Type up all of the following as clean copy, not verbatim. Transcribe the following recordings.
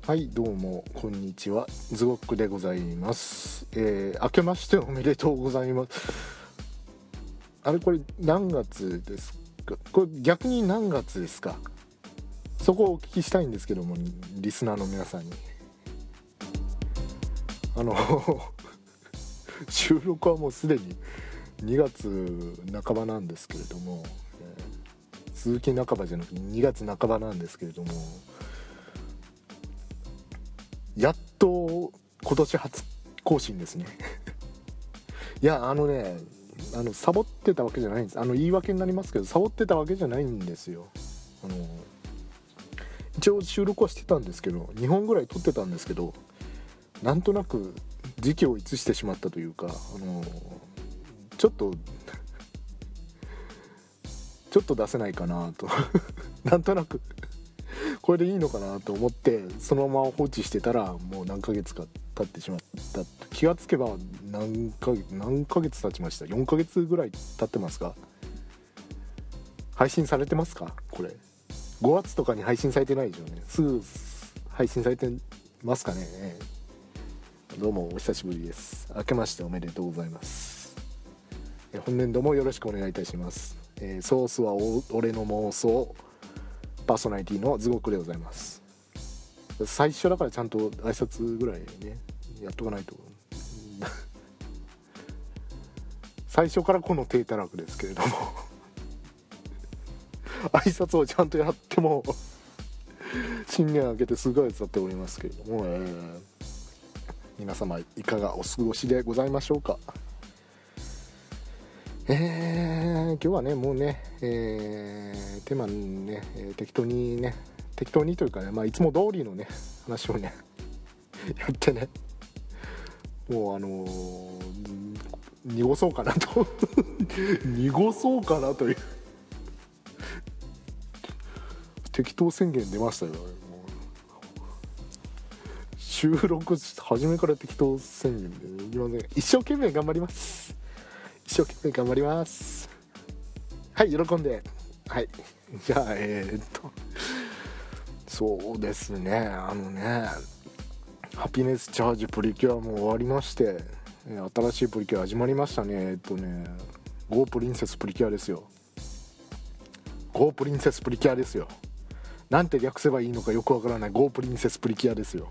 はいどうもこんにちは、ズゴックでございます。明けましておめでとうございます。あれこれ何月ですか？これ逆に何月ですか？そこをお聞きしたいんですけども、リスナーの皆さんに収録はもうすでに2月半ばなんですけれども、続き半ばじゃなくて2月半ばなんですけれども、やっと今年初更新ですね。いやサボってたわけじゃないんです。言い訳になりますけど、サボってたわけじゃないんですよ。一応収録はしてたんですけど、2本ぐらい撮ってたんですけど、なんとなく時期を逸してしまったというか、ちょっと出せないかなとなんとなくこれでいいのかなと思ってそのまま放置してたら、もう何ヶ月か経ってしまった。気がつけば何ヶ月経ちました。4ヶ月ぐらい経ってますか？配信されてますか？これ5月とかに配信されてないでしょうね。すぐ配信されてますかね。どうもお久しぶりです。明けましておめでとうございます。本年度もよろしくお願いいたします。ソースは俺の妄想、パーソナリティのズゴックでございます。最初だからちゃんと挨拶ぐらいねやっとかないと最初からこの低たらくですけれども挨拶をちゃんとやっても新年明けて数ヶ月経っておりますけれども、皆様いかがお過ごしでございましょうか。今日はねもうね、テーマね、適当にというかね、いつも通りのね話をねやってね、もう濁そうかなと濁そうかなという適当宣言出ましたよ。もう収録初めから適当宣言でいきません。一生懸命頑張ります。一生懸命頑張ります。はい、喜んで。はい、じゃあそうですね、ハピネスチャージプリキュアも終わりまして、新しいプリキュア始まりましたね。ゴープリンセスプリキュアですよ。ゴープリンセスプリキュアですよ。なんて略せばいいのかよくわからないゴープリンセスプリキュアですよ。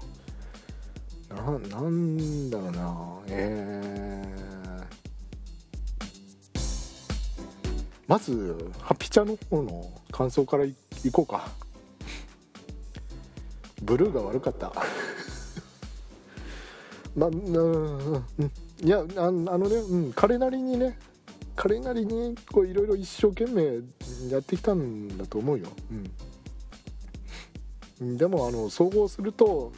なんだろうな、まずハピチャの方の感想からいこうか。ブルーが悪かったいや彼なりにこういろいろ一生懸命やってきたんだと思うよ。でも総合すると、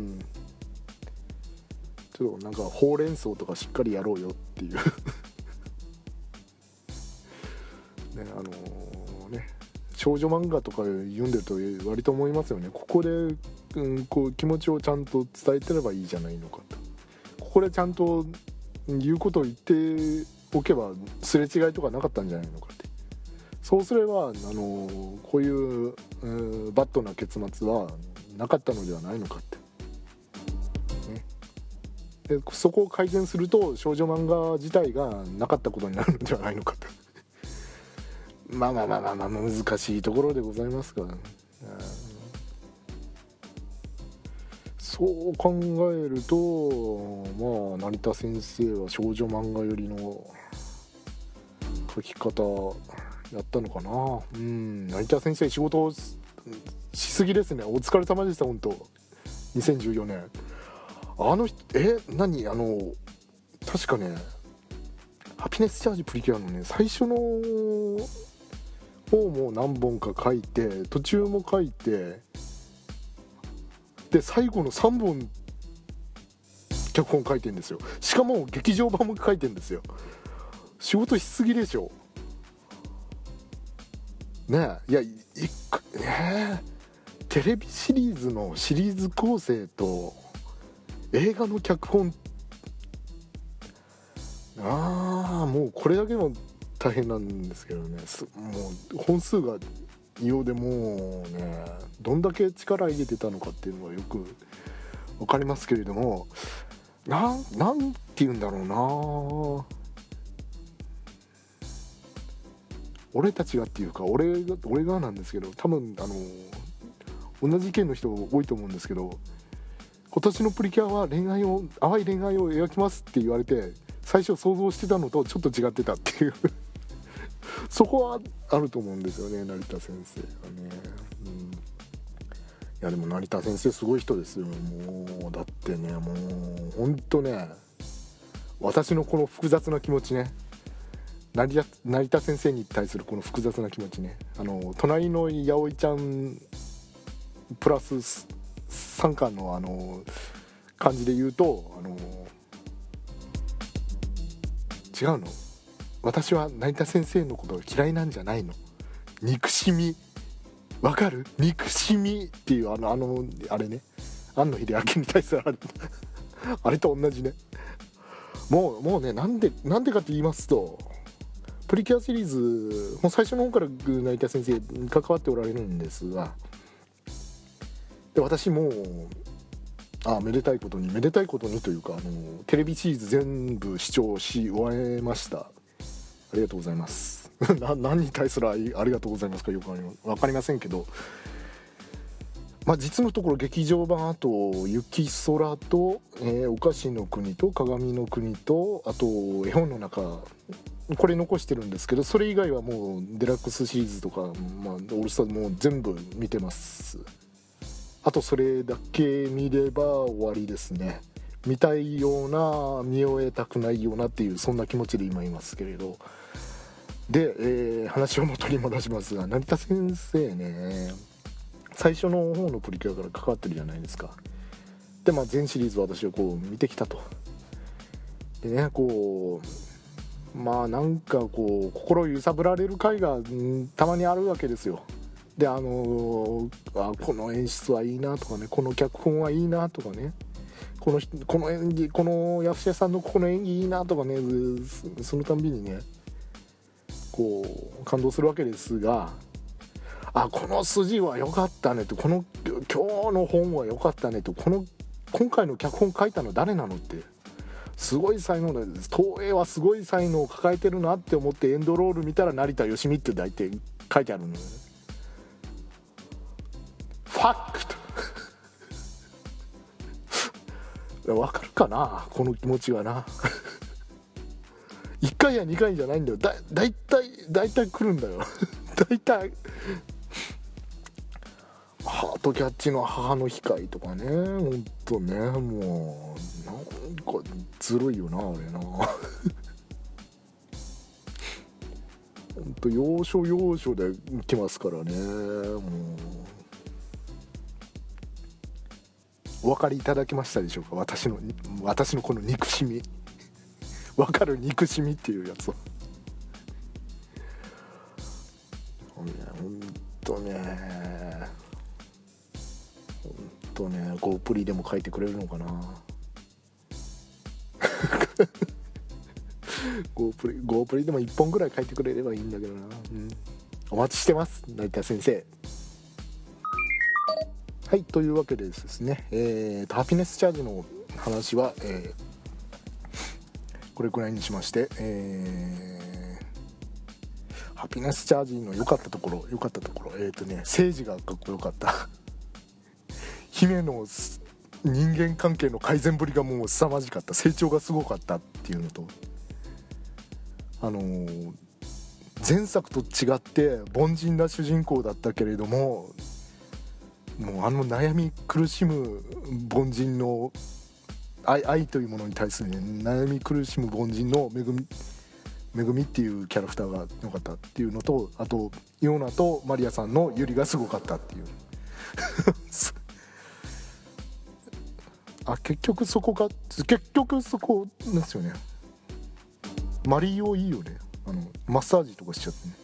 ちょっとなんかほうれん草とかしっかりやろうよっていう少女漫画とか読んでると割と思いますよね。ここで、こう気持ちをちゃんと伝えてればいいじゃないのかと。ここでちゃんと言うことを言っておけばすれ違いとかなかったんじゃないのかって。そうすればこういう、バッドな結末はなかったのではないのかって、ね、でそこを改善すると少女漫画自体がなかったことになるのではないのかと難しいところでございますが、そう考えると成田先生は少女漫画寄りの書き方やったのかな。成田先生仕事しすぎですね。お疲れ様でした本当。2014年人確かねハピネスチャージプリキュアのね最初の方も何本か書いて途中も書いてで最後の3本脚本書いてるんですよ。しかも劇場版も書いてるんですよ。仕事しすぎでしょねえ。いやテレビシリーズのシリーズ構成と映画の脚本もうこれだけも大変なんですけどね。もう本数がようでもね、どんだけ力入れてたのかっていうのはよく分かりますけれども、なんて言うんだろうな、俺たちがっていうか俺がなんですけど、多分同じ意見の人多いと思うんですけど、今年のプリキュアは淡い恋愛を描きますって言われて、最初想像してたのとちょっと違ってたっていうそこはあると思うんですよね、成田先生がね。いやでも成田先生すごい人ですよ。もうだってね、もうほんとね、私のこの複雑な気持ちね、成田先生に対するこの複雑な気持ちね、隣の八百ちゃんプラス3巻の感じで言うと、違うの、私は成田先生のことが嫌いなんじゃないの、憎しみ、わかる、憎しみっていうあれね、庵野秀明に対するあれと同じね。もうね、なんでかって言いますと、プリキュアシリーズもう最初の方から成田先生関わっておられるんですが、で私もめでたいことにというか、テレビシリーズ全部視聴し終えました。ありがとうございます何に対するありがとうございますかよく分かりませんけど、実のところ劇場版、あと雪空と、お菓子の国と鏡の国と、あと絵本の中、これ残してるんですけど、それ以外はもうデラックスシリーズとか、オールスターもう全部見てます。あとそれだけ見れば終わりですね。見たいような見終えたくないようなっていう、そんな気持ちで今いますけれど。で、話を元に戻しますが、成田先生ね、最初の方のプリキュアから関わってるじゃないですか。で全シリーズ私はこう見てきたと。でね、こうなんかこう心揺さぶられる回がたまにあるわけですよ。でこの演出はいいなとかね、この脚本はいいなとかね、この演技、この役者さんのこの演技いいなとかね、そのたんびにねこう感動するわけですが、この筋は良かったねと、今日の本は良かったねと、今回の脚本書いたの誰なのって、すごい才能なんです、東映はすごい才能を抱えてるなって思ってエンドロール見たら成田芳美って大体書いてあるのよね。ファックとわかるかな、この気持ちはな1回や2回じゃないんだよ、だいたい来るんだよだいたいハートキャッチの母の日会とかね、ほんとね、もうなんかずるいよなあれなほんと要所要所で来ますからね。もうお分かりいただけましたでしょうか、私のこの憎しみ分かる憎しみっていうやつをほんとねこうプリでも書いてくれるのかなゴープリでも1本ぐらい書いてくれればいいんだけどな、お待ちしてます成田先生。はい、というわけでですね、ハピネスチャージの話は、これくらいにしまして、ハピネスチャージの良かったところ、政治がかっこよかった姫の人間関係の改善ぶりがもう凄まじかった、成長がすごかったっていうのと、前作と違って凡人な主人公だったけれども、もう悩み苦しむ凡人の愛というものに対する、悩み苦しむ凡人のめぐみっていうキャラクターが良かったっていうのと、あとイオナとマリアさんのユリがすごかったっていう結局そこですよね。マリオいいよね、マッサージとかしちゃって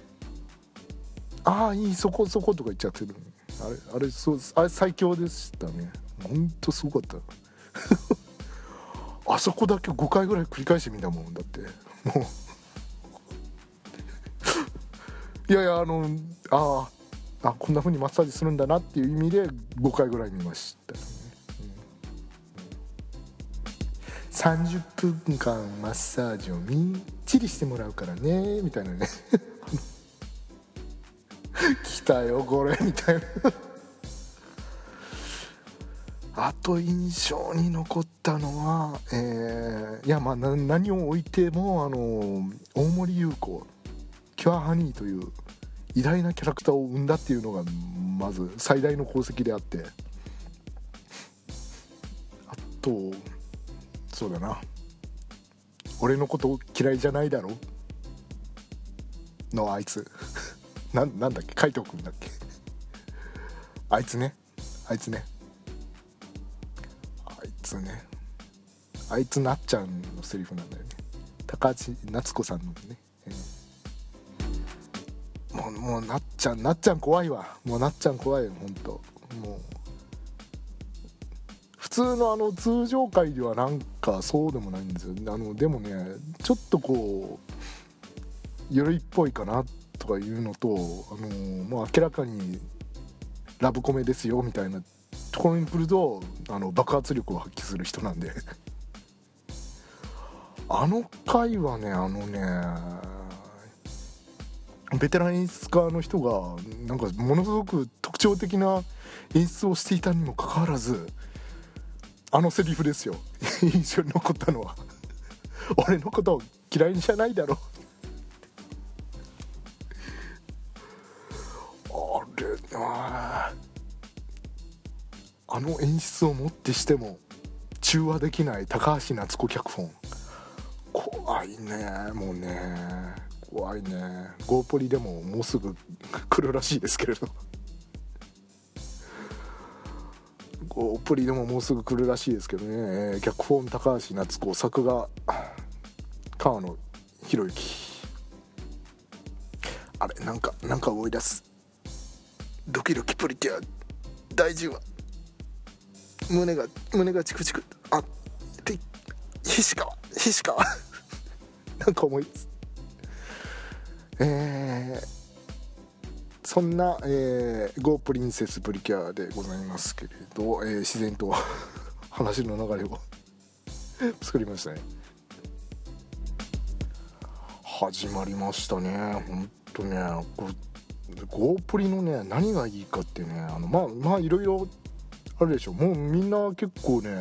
ね、いいそことか言っちゃってる、あれ最強でしたね、ほんとすごかったあそこだけ5回ぐらい繰り返してみたもんだって、もういやこんな風にマッサージするんだなっていう意味で5回ぐらい見ましたね、30分間マッサージをみっちりしてもらうからねみたいなね来たよこれみたいなあと印象に残ったのは、いや何を置いても大森優子キュアハニーという偉大なキャラクターを生んだっていうのがまず最大の功績であって、あとそうだな、俺のこと嫌いじゃないだろのあいつなんだっけ、海斗くんだっけあいつねあいつなっちゃんのセリフなんだよね、高橋夏子さんのね、もうなっちゃん怖いわ、もうなっちゃん怖いよほんと。もう普通の通常回ではなんかそうでもないんですよ。でもねちょっとこうゆるいっぽいかなとかいうのと、もう明らかにラブコメですよみたいなところに来ると爆発力を発揮する人なんであの回はねベテラン演出家の人がなんかものすごく特徴的な演出をしていたにもかかわらずセリフですよ印象に残ったのは俺のことを嫌いじゃないだろあの演出をもってしても中和できない高橋夏子脚本、怖いね、もうね怖いね。ゴーポリでももうすぐ来るらしいですけれどゴーポリでももうすぐ来るらしいですけどね、脚本高橋夏子、作画川野博之。あれなんか思い出す、ドキドキプリキュア大事は胸がチクチク、菱川なんか思いますそんな、ゴープリンセスプリキュアでございますけれど、自然と話の流れを作りましたね。始まりましたね。ほんとねゴープリのね何がいいかってね、まあいろいろあるでしょ。もうみんな結構ね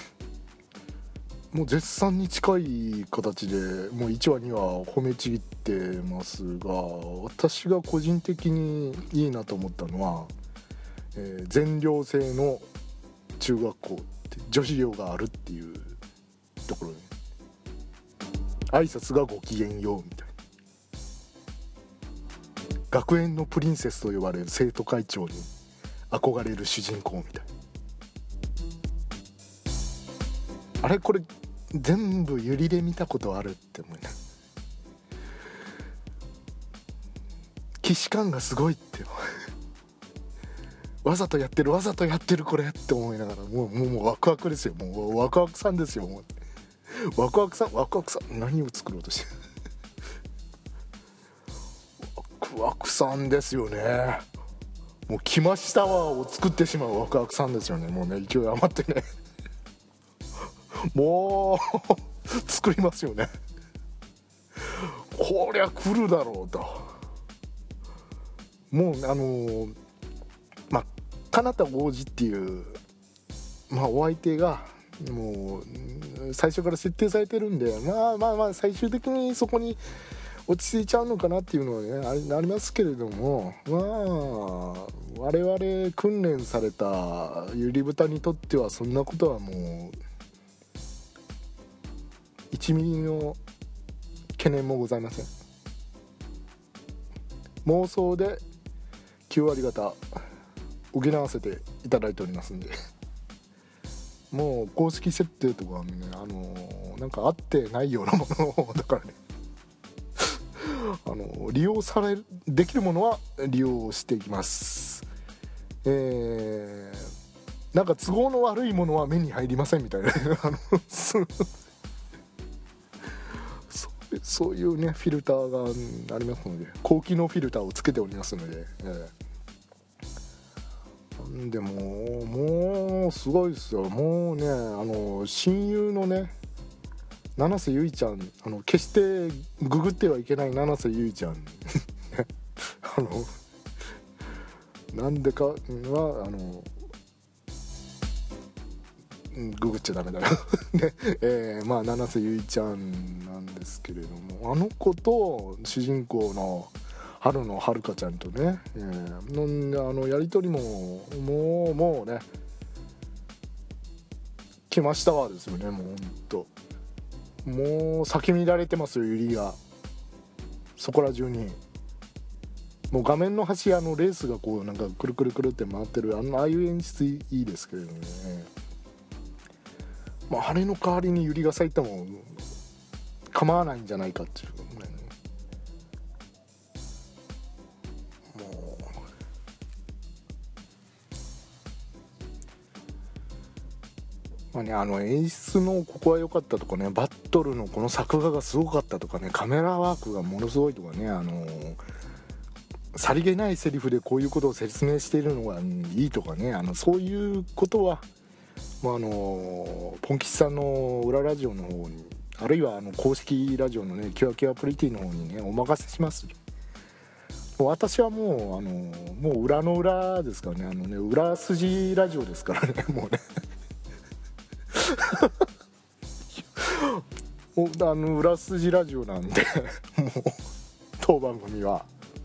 もう絶賛に近い形でもう1話2話褒めちぎってますが、私が個人的にいいなと思ったのは、全寮制の中学校って女子寮があるっていうところに挨拶がごきげんようみたいな、学園のプリンセスと呼ばれる生徒会長に憧れる主人公みたいな、あれこれ全部ユリで見たことあるって思いな、既視感がすごいってわざとやってるこれって思いながらもうワクワクですよ。もうワクワクさんですよ。もうワクワクさん何を作ろうとしてワクワクさんですよね。もう来ましたわを作ってしまうワクワクさんですよね。もうね勢い余ってねもう作りますよね。こりゃ来るだろうと。もうかなた王子っていうお相手がもう最初から設定されてるんで、最終的にそこに落ち着いちゃうのかなっていうのはねありますけれども、我々訓練されたゆり豚にとってはそんなことはもう1ミリの懸念もございません。妄想で9割方補わせていただいておりますんでもう公式設定とかねなんか合ってないようなものをだからね利用できるものは利用していきます。なんか都合の悪いものは目に入りませんみたいなそういうねフィルターがありますので、高機能フィルターをつけておりますので、 でもうすごいですよ。もうね親友のね七瀬ゆいちゃん、決してググってはいけない七瀬ゆいちゃんなんでかはググっちゃダメだなね、まあ七瀬ゆいちゃんなんですけれども、あの子と主人公の春のはるかちゃんとね、のやり取りももうね来ましたわですよね。もうほんともう咲き乱れてますよ、ユリがそこら中に。もう画面の端レースがこうなんかくるくるくるって回ってるああいう演出いいですけれどもね、まあ、あれの代わりにユリが咲いても構わないんじゃないかっていうね。もう、まあね、演出のここは良かったとかね、バットルのこの作画がすごかったとかね、カメラワークがものすごいとかね、さりげないセリフでこういうことを説明しているのがいいとかね、そういうことは、まあ、ポン吉さんの裏ラジオの方に、あるいは公式ラジオのねキュアキュアプリティの方にねお任せします。もう私はもう裏の裏ですからね、裏筋ラジオですからねもうね裏筋ラジオなんでもう当番組は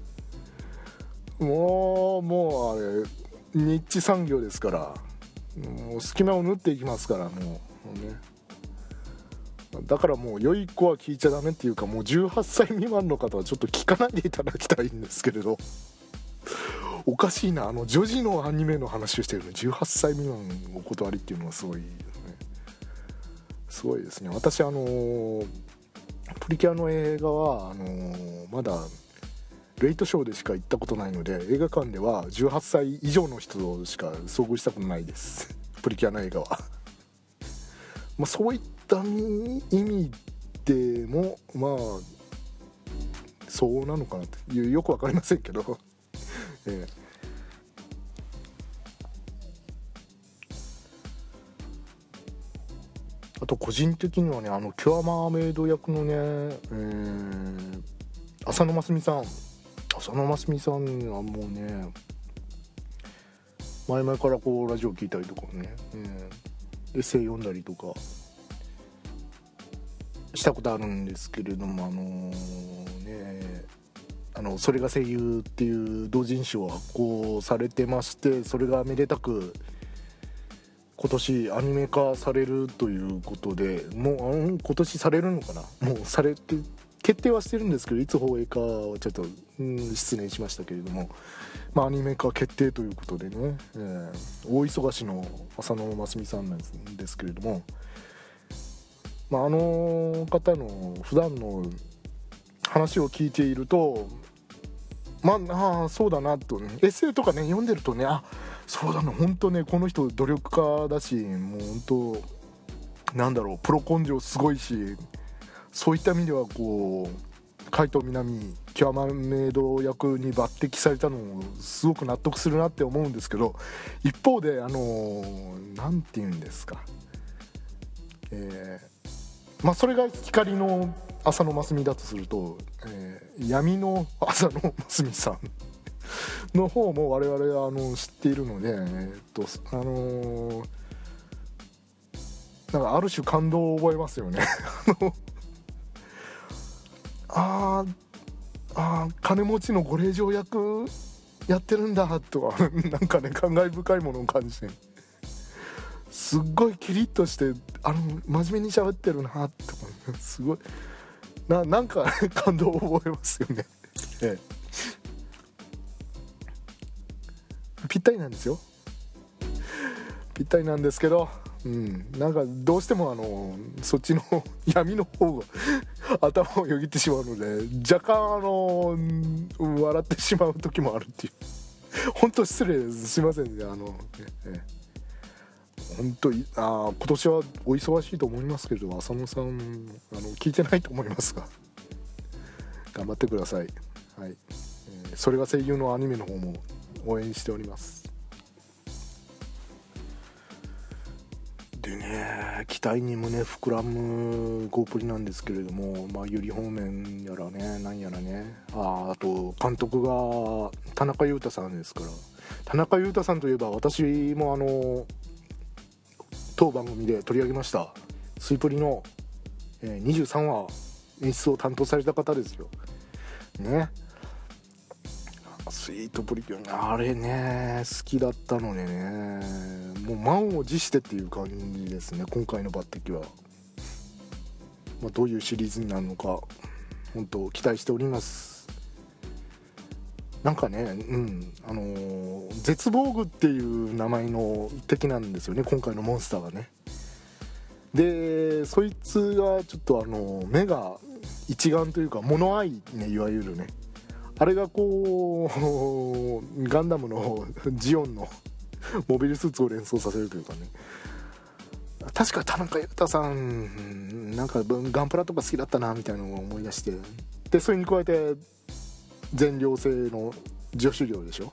もうあれニッチ産業ですから、もう隙間を縫っていきますから、もうね、だからもう良い子は聞いちゃダメっていうか、もう18歳未満の方はちょっと聞かないでいただきたいんですけれど、おかしいな、女児のアニメの話をしてるのに18歳未満お断りっていうのはすごいですね。すごいですね。私プリキュアの映画はまだレイトショーでしか行ったことないので、映画館では18歳以上の人しか遭遇したことないですプリキュアの映画はまあそういった意味でもまあそうなのかなっていう、よく分かりませんけどあと個人的にはねキュアマーメイド役のね、浅野真澄さんはもうね前々からこうラジオ聞いたりとかね、エッセイ読んだりとかしたことあるんですけれども、それが声優っていう同人誌を発行されてまして、それがめでたく今年アニメ化されるということで、もう今年されるのかな、もうされて決定はしてるんですけど、いつ放映かはちょっと、失念しましたけれども、まあ、アニメ化決定ということでね、大忙しの浅野真澄さんなんですけれども、まあ、方の普段の話を聞いていると、まあそうだなと、エッセイとかね読んでるとね、そうだな、本当ねこの人努力家だし、もう本当なんだろう、プロ根性すごいし、そういった意味ではこう海藤南キュアマンメイド役に抜擢されたのもすごく納得するなって思うんですけど、一方でなんて言うんですか、まあそれが光の浅野真澄だとすると、闇の浅野真澄さんの方も我々知っているので、なんかある種感動を覚えますよね金持ちのご令嬢役やってるんだとはなんかね感慨深いものを感じて、すっごいキリッとして真面目に喋ってるなって思う、すごいなんか感動を覚えますよねぴったりなんですよ、ぴったりなんですけど、なんかどうしてもそっちの闇の方が頭をよぎってしまうので、若干笑ってしまう時もあるっていう本当失礼です、すいませんね。本当今年はお忙しいと思いますけど、浅野さん聞いてないと思いますが頑張ってください。はい、それが声優のアニメの方も応援しております。 でね、期待に胸膨らむゴープリなんですけれども、ゆり方面やらね、なんやらね、あと監督が田中裕太さんですから、田中裕太さんといえば私も当番組で取り上げましたスイプリの、23話演出を担当された方ですよね。スイートプリキュアあれね好きだったのでね、もう満を持してっていう感じですね、今回の抜擢は。どういうシリーズになるのか本当期待しております。なんかね、絶望具っていう名前の敵なんですよね、今回のモンスターがね。でそいつがちょっと目が一眼というか物合いね、いわゆるね、あれがこうガンダムのジオンのモビルスーツを連想させるというかね。確か田中裕太さんなんかガンプラとか好きだったなみたいなのを思い出して、でそれに加えて全寮制の女子寮でしょ、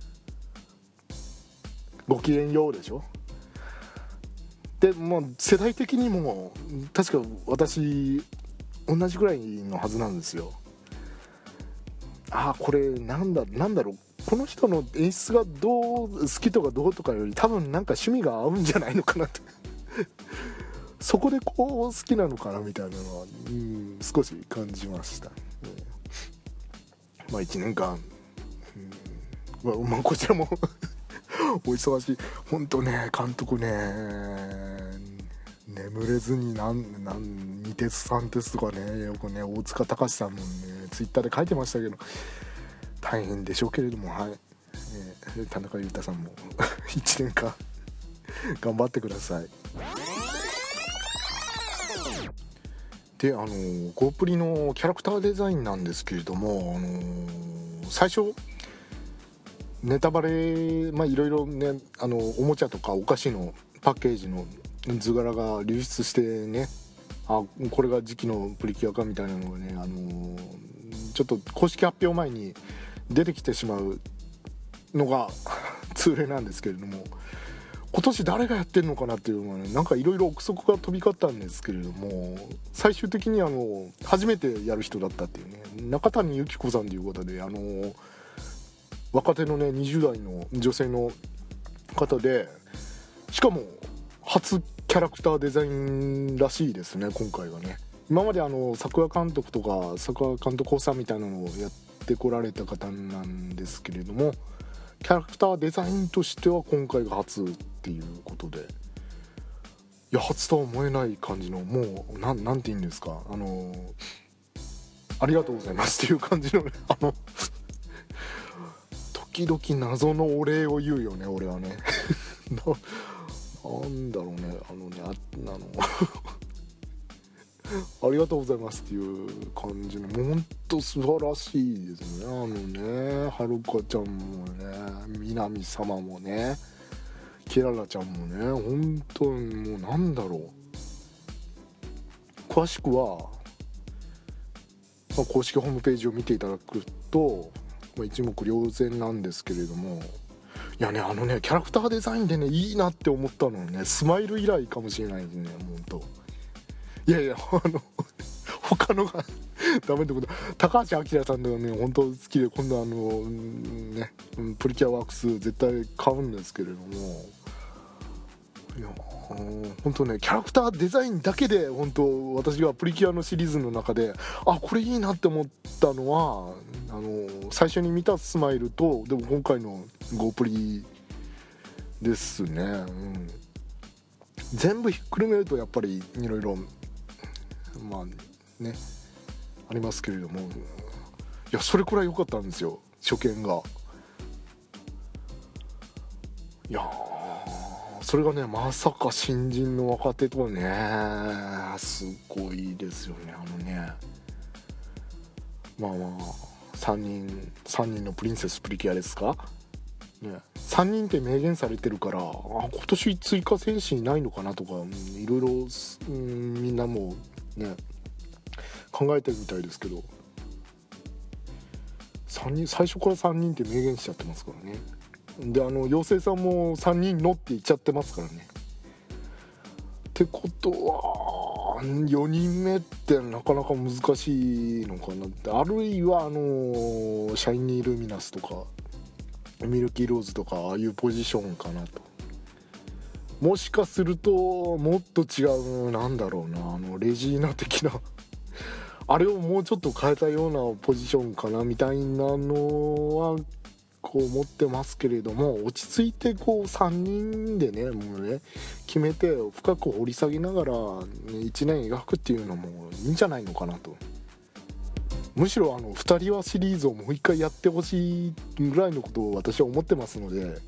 ごきげんようでしょ。で世代的にも確か私同じぐらいのはずなんですよ。これなんだろう、この人の演出がどう好きとかどうとかより多分なんか趣味が合うんじゃないのかなってそこでこう好きなのかなみたいなのは、少し感じました、1年間、こちらもお忙しい本当ね、監督ね眠れずに二鉄三鉄とかね、よくね大塚隆さんもねツイッターで書いてましたけど大変でしょうけれども、はい、田中裕太さんも1年間頑張ってください。でゴープリのキャラクターデザインなんですけれども、最初ネタバレいろいろねおもちゃとかお菓子のパッケージの図柄が流出してね、これが時期のプリキュアかみたいなのがね、ちょっと公式発表前に出てきてしまうのが通例なんですけれども、今年誰がやってるのかなっていうのはね、なんかいろいろ憶測が飛び交ったんですけれども、最終的に初めてやる人だったっていうね、中谷由紀子さんという方で若手のね20代の女性の方で、しかも初キャラクターデザインらしいですね、今回はね。今まで作画監督とか作画監督補佐みたいなのをやってこられた方なんですけれども、キャラクターデザインとしては今回が初っていうことで、いや初とは思えない感じの、もうなんて言うんですか、ありがとうございますっていう感じのね時々謎のお礼を言うよね俺はねなんだろうねありがとうございますっていう感じの、ほんと素晴らしいですね。はるかちゃんもね、みなみ様もね、キララちゃんもね、本当にもうなんだろう、詳しくは、公式ホームページを見ていただくと、一目瞭然なんですけれども、いやねキャラクターデザインでねいいなって思ったのはね、スマイル以来かもしれないですね、本当。いや他のがダメってこと、高橋明さんとかね本当好きで、今度ねプリキュアワークス絶対買うんですけれども、いや本当ねキャラクターデザインだけで本当私がプリキュアのシリーズの中でこれいいなって思ったのは最初に見たスマイルと、でも今回のゴープリですね、全部ひっくるめるとやっぱりいろいろありますけれども、いやそれくらい良かったんですよ、初見が。いやそれがねまさか新人の若手とね、すごいですよね。3人のプリンセスプリキュアですかね、3人って明言されてるから、今年追加戦士いないのかなとかいろいろみんなもね考えてるみたいですけど、最初から3人って明言しちゃってますからね。で妖精さんも3人のって言っちゃってますからね。 ってことは4人目ってなかなか難しいのかなって。あるいはシャイニールミナスとかミルキーローズとかああいうポジションかなと。もしかするともっと違う、なんだろうな、レジーナ的なあれをもうちょっと変えたようなポジションかなみたいなのはこう思ってますけれども、落ち着いてこう3人でねもうね決めて深く掘り下げながら、ね、1年描くっていうのもいいんじゃないのかなと。むしろ2人はシリーズをもう一回やってほしいぐらいのことを私は思ってますので、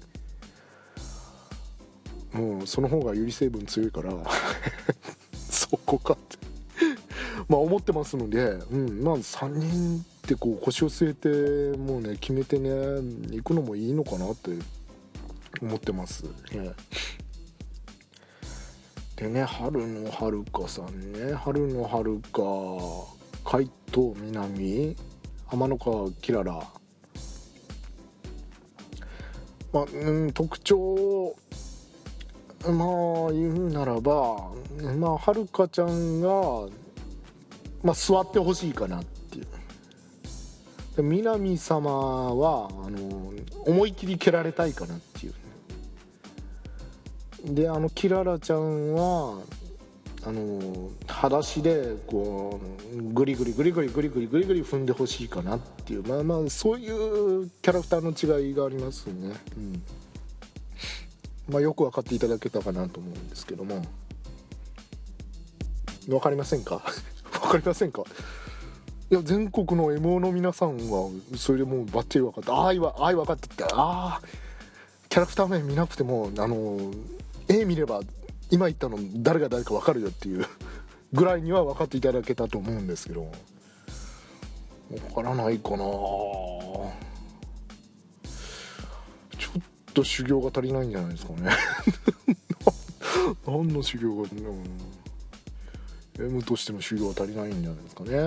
もうその方がより成分強いからそこかってまあ思ってますので、まあ3人でこう腰を据えてもうね決めてね行くのもいいのかなって思ってますね。でね、春のはるかさんね、春のはるか、海藤南、天の川キララ、まあ、特徴まあ言うならば、まあはるかちゃんが、まあ、座ってほしいかなっていう。で南様は思い切り蹴られたいかなっていう。でキララちゃんは裸足でこうグリグリグリグリグリグリグリグリ踏んでほしいかなっていう、まあまあそういうキャラクターの違いがありますね。まあよく分かっていただけたかなと思うんですけども、分かりませんか分かりませんか。いや全国の MO の皆さんはそれでもうバッチリ分かった。愛分かってって、キャラクター名見なくても絵見れば今言ったの誰が誰か分かるよっていうぐらいには分かっていただけたと思うんですけど、分からないかな。ちょっと修行が足りないんじゃないですかね何の修行が、M としての修行が足りないんじゃないですかね。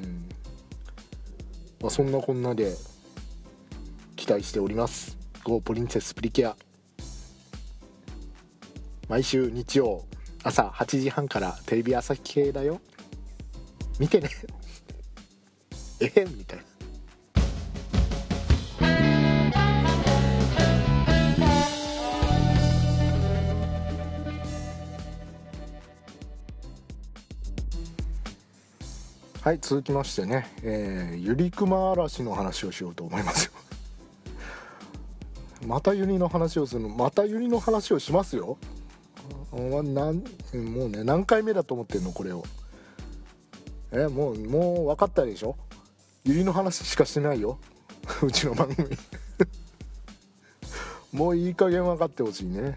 まあ、そんなこんなで期待しております。 Go プリンセスプリキュア、毎週日曜朝8時半からテレビ朝日系だよ、見てねみたいな。はい、続きましてね、ゆりくま嵐の話をしようと思いますよまたゆりの話をするの、またゆりの話をしますよ。もうね何回目だと思ってんのこれを。もう分かったでしょ。ゆりの話しかしてないようちの番組もういい加減分かってほしいね、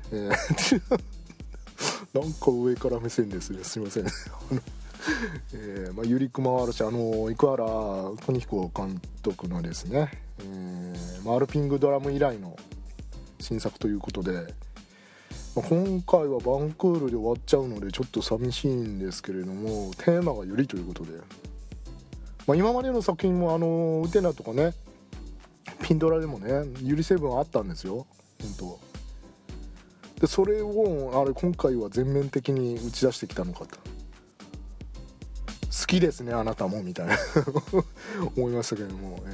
なんか上から目線ですね、すいませんまあ、ゆりくま嵐、生原邦彦監督のですね、マルピングドラム以来の新作ということで、まあ、今回はバンクールで終わっちゃうのでちょっと寂しいんですけれども、テーマがゆりということで、まあ、今までの作品もウテナとかねピンドラでもねゆり成分あったんですよ本当で。それを今回は全面的に打ち出してきたのかと。好きですねあなたもみたいな思いましたけれども、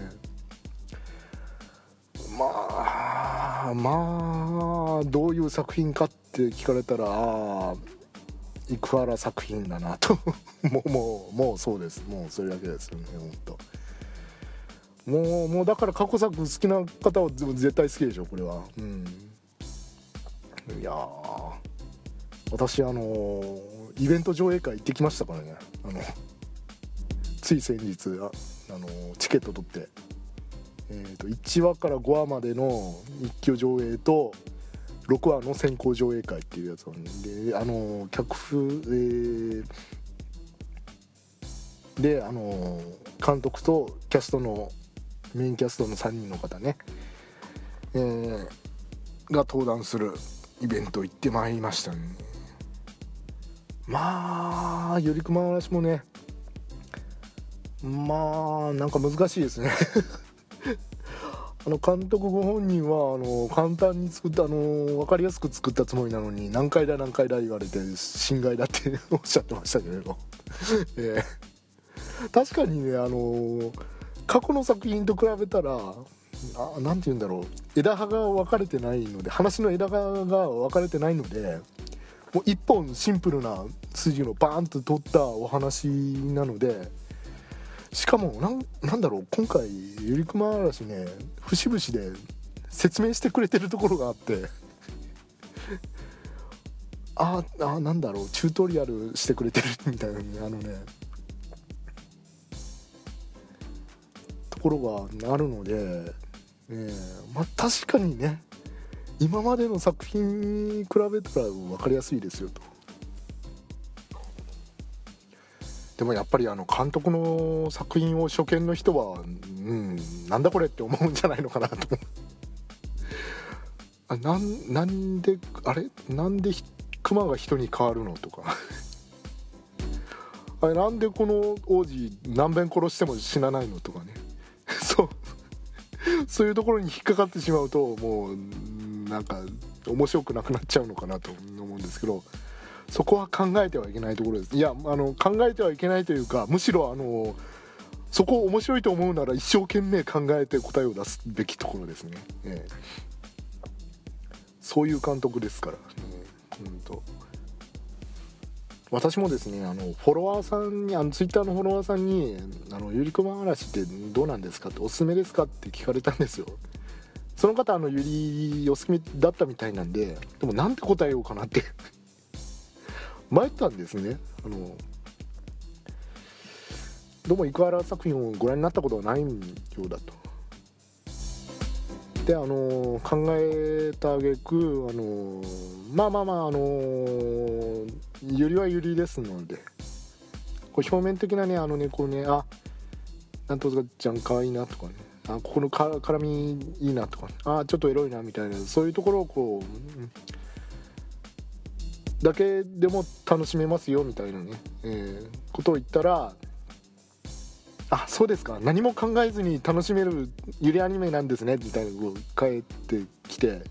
まあどういう作品かって聞かれたら生原作品だなともうそうです。もうそれだけですよね本当。もうだから過去作好きな方は絶対好きでしょこれは。いや私イベント上映会行ってきましたからね。つい先日チケット取って、1話から5話までの一挙上映と6話の先行上映会っていうやつなんで、客風、で監督とキャストのメインキャストの3人の方ね、が登壇するイベント行ってまいりましたね。まあゆりくま嵐もねまあなんか難しいですね監督ご本人は簡単に作った分かりやすく作ったつもりなのに何回だ言われて心外だっておっしゃってましたけれど、確かにね過去の作品と比べたらなんて言うんだろう、枝葉が分かれてないので、話の枝葉が分かれてないので、もう一本シンプルな筋のバーンと取ったお話なので、しかもなんだろう、今回ゆりくま嵐ね節々で説明してくれてるところがあってなんだろう、チュートリアルしてくれてるみたいなところがあるので、確かにね今までの作品に比べたら分かりやすいですよと。でもやっぱり監督の作品を初見の人はなんだこれって思うんじゃないのかなとなんで熊が人に変わるのとかなんでこの王子何遍殺しても死なないのとかねそういうところに引っかかってしまうともうなんか面白くなくなっちゃうのかなと思うんですけど、そこは考えてはいけないところです。いや考えてはいけないというか、むしろそこを面白いと思うなら一生懸命考えて答えを出すべきところですね、そういう監督ですから、私もですねフォロワーさんにツイッターのフォロワーさんにゆりくま嵐ってどうなんですかって、おすすめですかって聞かれたんですよ。その方ゆりお好きだったみたいなんで、でもなんて答えようかなって迷ったんですね。どうも生原作品をご覧になったことはないようだと。で考えた挙句ゆりはゆりですので、これ表面的なねこうねなんとかちゃんかわいいなとかね、ここの絡みいいなとか、ちょっとエロいなみたいな、そういうところをこう、だけでも楽しめますよみたいなね、ことを言ったら、そうですか、何も考えずに楽しめるゆりアニメなんですねみたいなのを返ってきて、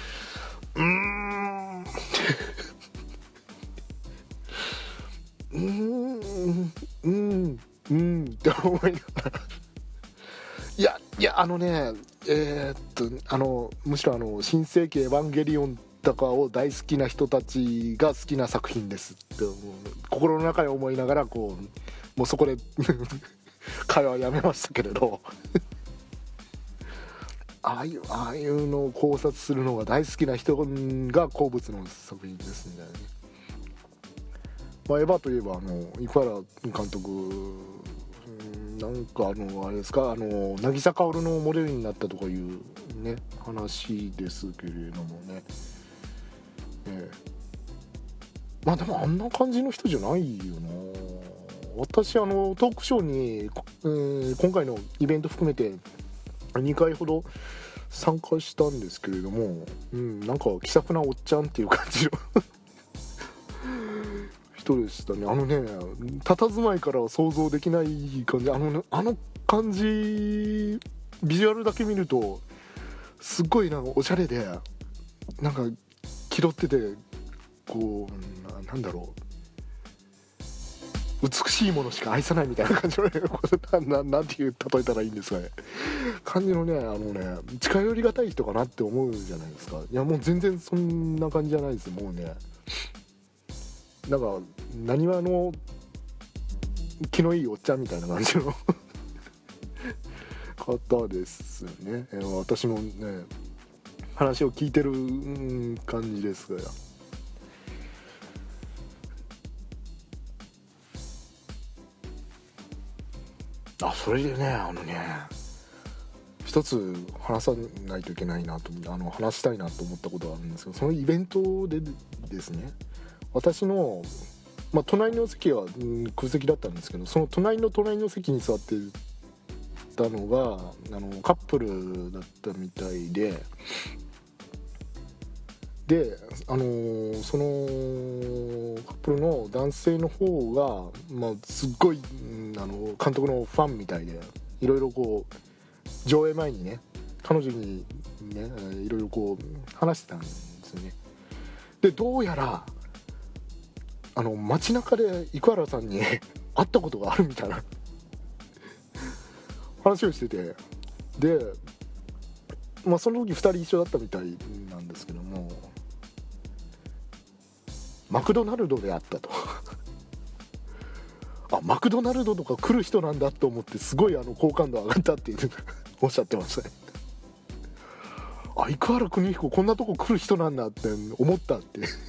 って思いながらいやむしろ新世紀エヴァンゲリオンとかを大好きな人たちが好きな作品ですって心の中で思いながらもうそこで会話やめましたけれどああいうのを考察するのが大好きな人が好物の作品ですみたいなね。エヴァといえば生原監督なんかあれですか渚カオルのモデルになったとかいうね話ですけれどもね、でもあんな感じの人じゃないよな。私トークショーに、今回のイベント含めて2回ほど参加したんですけれども、なんか気さくなおっちゃんっていう感じの人でしたね。佇まいからは想像できない感じ、感じビジュアルだけ見るとすっごいおしゃれでなんか気取っててこうなんだろう、美しいものしか愛さないみたいな感じのねなんて例えたらいいんですかね、感じのね近寄りがたい人かなって思うじゃないですか。いやもう全然そんな感じじゃないです。もうねなんかなにわの気のいいおっちゃんみたいな感じの方ですね。私もね話を聞いてる感じですが、それでね一つ話さないといけないなと話したいなと思ったことがあるんですけど、そのイベントでですね、私の、隣の席は空席だったんですけど、その隣の席に座ってたのがカップルだったみたいで、そのカップルの男性の方が、すっごい監督のファンみたいで、いろいろこう上映前にね彼女にねいろいろこう話してたんですよね。でどうやら街中で生原さんに会ったことがあるみたいな話をしてて、でその時2人一緒だったみたいなんですけども、マクドナルドで会ったとあ、マクドナルドとか来る人なんだと思って、すごい好感度上がったっておっしゃってましたね。あ、生原邦彦こんなとこ来る人なんだって思ったって言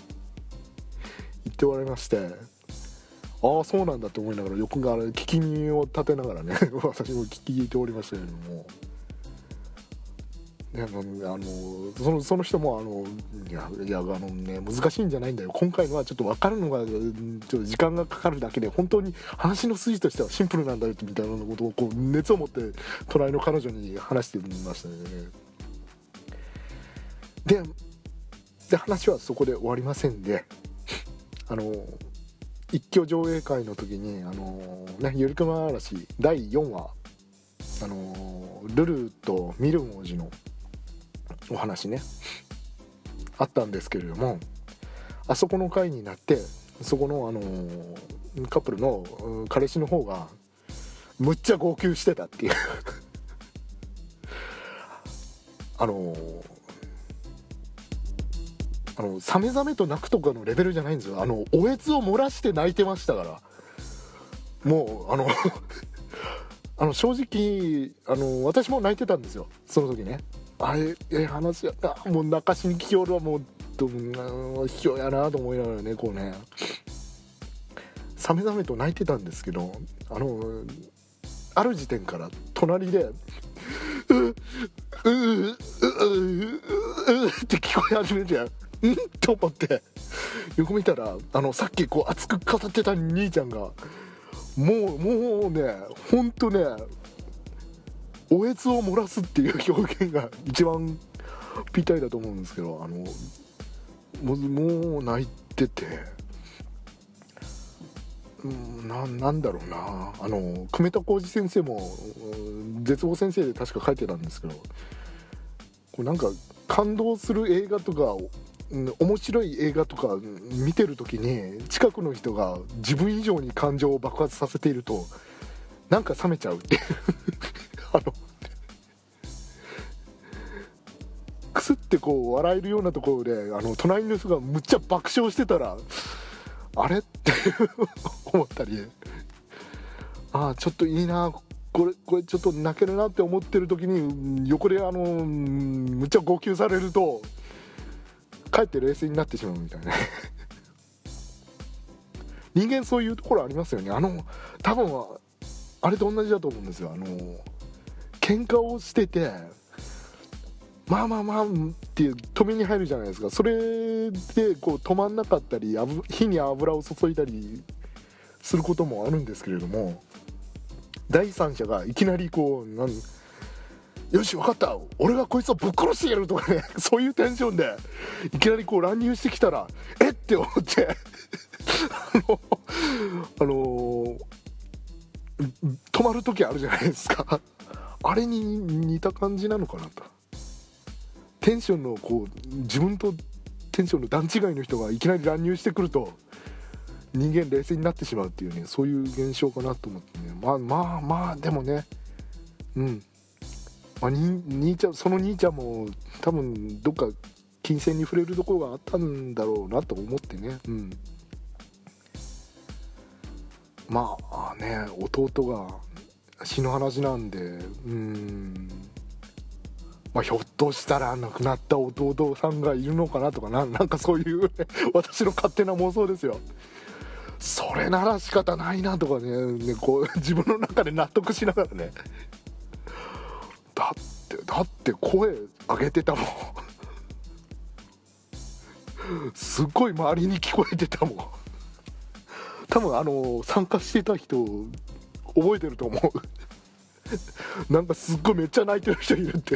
っておられまして、ああそうなんだって思いながら横から聞き耳を立てながらね私も聞いておりましたけれども、その人もいや難しいんじゃないんだよ、今回のはちょっと分かるのがちょっと時間がかかるだけで、本当に話の筋としてはシンプルなんだよみたいなことをこう熱を持って隣の彼女に話してましたね。で話はそこで終わりませんで、一挙上映会の時にゆりくま嵐第4話ルルとミルン王子のお話ねあったんですけれども、あそこの回になってそこのカップルの彼氏の方がむっちゃ号泣してたっていうサメザメと泣くとかのレベルじゃないんですよ。おえつを漏らして泣いてましたから、もう正直私も泣いてたんですよその時ね。話やったもう泣かしに来よるわ、もう卑怯やなと思いながらね、こうねサメザメと泣いてたんですけど、ある時点から隣でって聞こえ始めるじゃん。と思って横見たらさっきこう熱く語ってた兄ちゃんがもうねほんとねおえつを漏らすっていう表現が一番ぴったりだと思うんですけど、もう泣いてて、なんだろうな、久米田浩二先生も絶望先生で確か書いてたんですけど、こうなんか感動する映画とか面白い映画とか見てる時に近くの人が自分以上に感情を爆発させているとなんか冷めちゃうっていうくすってこう笑えるようなところで隣の人がむっちゃ爆笑してたらあれって思ったり、ちょっといいなこれちょっと泣けるなって思ってる時に横でむっちゃ号泣されるとかえって冷静になってしまうみたいな人間そういうところありますよね。多分あれと同じだと思うんですよ。喧嘩をしててまあっていう止めに入るじゃないですか。それでこう止まんなかったり火に油を注いだりすることもあるんですけれども、第三者がいきなりこうよし分かった俺がこいつをぶっ殺してやるとかねそういうテンションでいきなりこう乱入してきたらえって思って止まる時あるじゃないですか。あれに似た感じなのかなと。テンションのこう自分とテンションの段違いの人がいきなり乱入してくると人間冷静になってしまうっていうね、そういう現象かなと思ってね。まあでもね、兄ちゃんその兄ちゃんも多分どっか金銭に触れるところがあったんだろうなと思ってね。まあね弟が死ぬ話なんでひょっとしたら亡くなった弟さんがいるのかなとかなんかそういう私の勝手な妄想ですよ。それなら仕方ないなとかねこう自分の中で納得しながらね、だって声上げてたもんすっごい周りに聞こえてたもん。多分参加してた人覚えてると思うなんかすっごいめっちゃ泣いてる人いるって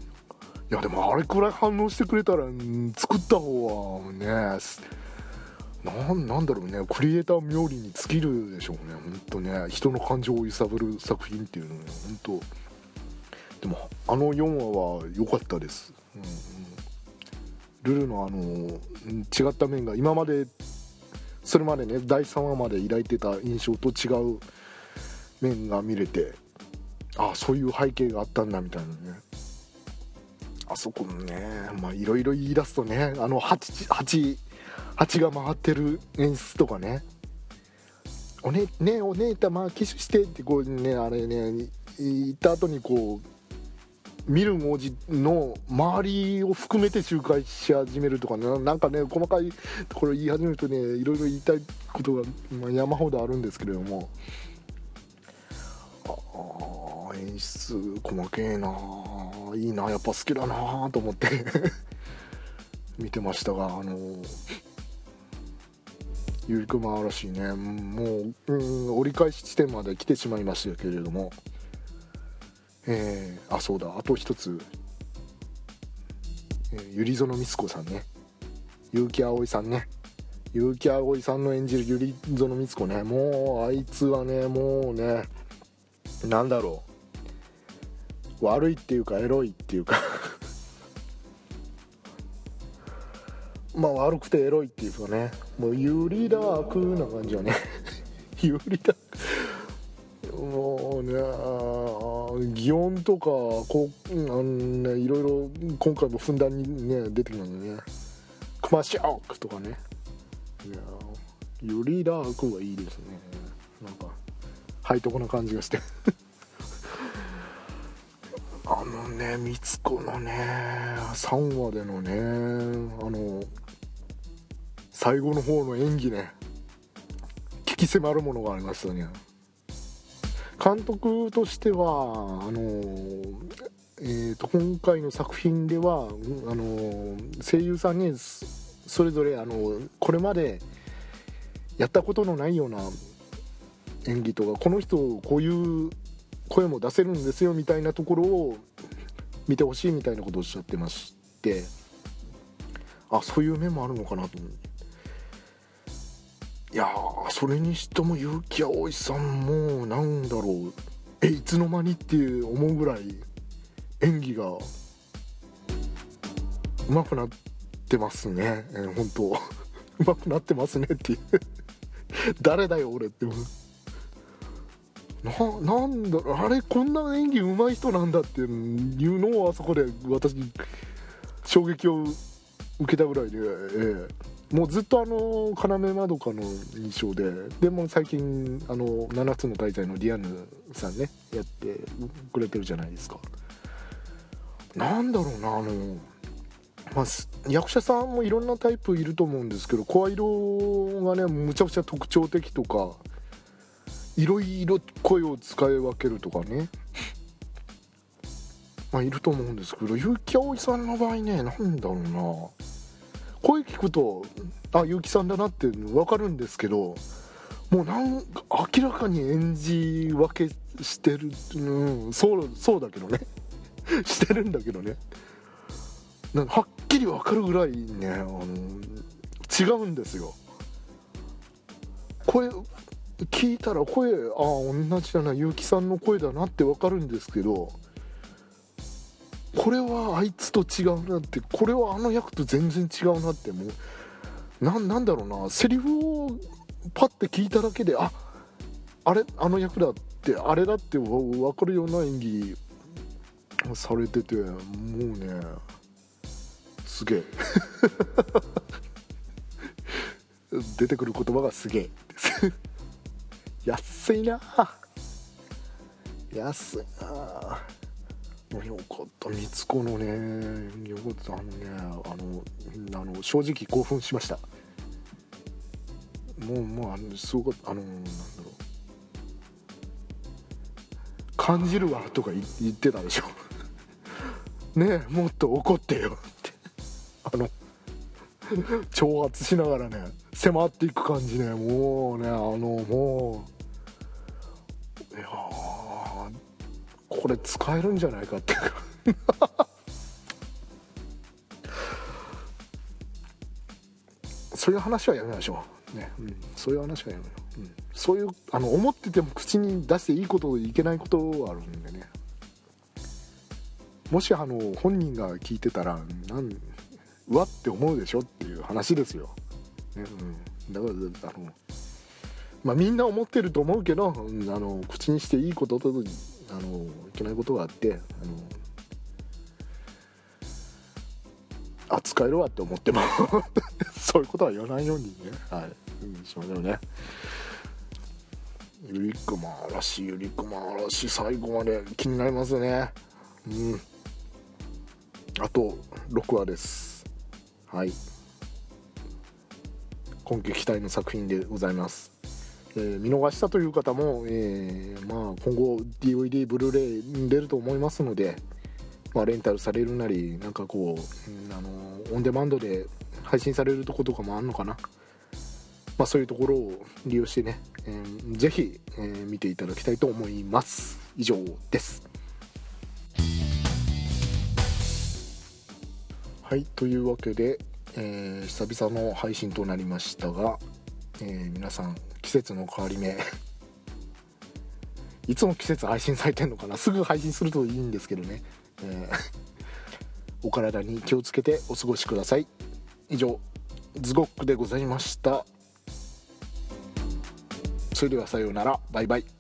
いやでもあれくらい反応してくれたら作った方はねなんだろうね、クリエイター冥利に尽きるでしょうね。本当ね、人の感情を揺さぶる作品っていうのね、本当。でも4話は良かったです、ルルの違った面が今までそれまでね第3話まで抱いてた印象と違う面が見れて、ああそういう背景があったんだみたいなね。あそこのね、まあいろいろ言い出すとね、蜂が回ってる演出とかね、お姉たまあキスしてってこうね、あれね言った後にこう見る文字の周りを含めて周回し始めるとかね、なんかね細かいところ言い始めるとね、いろいろ言いたいことが、まあ、山ほどあるんですけれども、演出細けえな、いいな、やっぱ好きだなと思って見てましたが、ゆりくま嵐ね、もう、折り返し地点まで来てしまいましたけれども、そうだ、あと一つ、ゆりぞのみつこさんね、結城葵さんね、結城葵さんの演じるゆりぞのみつこね、もうあいつはね、もうね、なんだろう、悪いっていうかエロいっていうかまあ悪くてエロいっていうかね、もうユリダークな感じよねユリダーク、もうね、擬音とかこう、ね、いろいろ今回もふんだんにね出てくるのでね、クマショックとかね、いやユリダークはいいですね、なんかハイトコな感じがしてみつこのね3話でのね最後の方の演技ね、聞き迫るものがありましたね。監督としては今回の作品では声優さんにそれぞれこれまでやったことのないような演技とか、この人こういう声も出せるんですよみたいなところを見てほしいみたいなことをおっしゃってまして、あ、そういう面もあるのかなと思って、いやー、それにしても結城葵さんもなんだろう、いつの間にって思うぐらい演技が上手くなってますね、本当上手くなってますねっていう誰だよ俺ってなんだろう、あれこんな演技上手い人なんだっていうのをあそこで私衝撃を受けたぐらいで、もうずっと要まどかの印象でも最近7つの大罪のディアンヌさんねやってくれてるじゃないですか。なんだろうな、まあ、役者さんもいろんなタイプいると思うんですけど、声色がねむちゃくちゃ特徴的とか、いろいろ声を使い分けるとかね、まあいると思うんですけど、結城葵さんの場合ね、なんだろうな、声聞くとあ結城さんだなって分かるんですけど、もうなんか明らかに演じ分けしてる、そうだけどねしてるんだけどね、なんかはっきり分かるぐらいね違うんですよ。声聞いたら声同じだな、結城さんの声だなって分かるんですけど、これはあいつと違うなって、これはあの役と全然違うなって、もうなんだろうな、セリフをパッて聞いただけであれあの役だってあれだって分かるような演技されてて、もうねすげえ出てくる言葉がすげえです安いな、安いな。よかった、みつこのね、よかった、正直興奮しました。もうすごかった、なんだろう、感じるわとか言ってたでしょねえ、もっと怒ってよって挑発しながらね迫っていく感じね、もうねもういやこれ使えるんじゃないかってそそういう話はやめましょうね、そういう話はやめよう、そういう思ってても口に出していいこといけないことはあるんでね、もし本人が聞いてたらうわって思うでしょっていう話ですよ、ね、だからみんな思ってると思うけど、口にしていいことといけないことがあって、使えるわって思ってもそういうことは言わないようにね、しましょうね。ゆりくま嵐最後まで気になりますね。あと6話です。今季期待の作品でございます。見逃したという方も、今後 DVD ブルーレイに出ると思いますので、レンタルされるなりなんかこう、オンデマンドで配信されるとことかもあるのかな、そういうところを利用してね、ぜひ、見ていただきたいと思います。以上です。というわけで、久々の配信となりましたが、皆さん季節の変わり目いつも季節配信されてんのかな、すぐ配信するといいんですけどね、お体に気をつけてお過ごしください。以上ズゴックでございました。それではさようなら、バイバイ。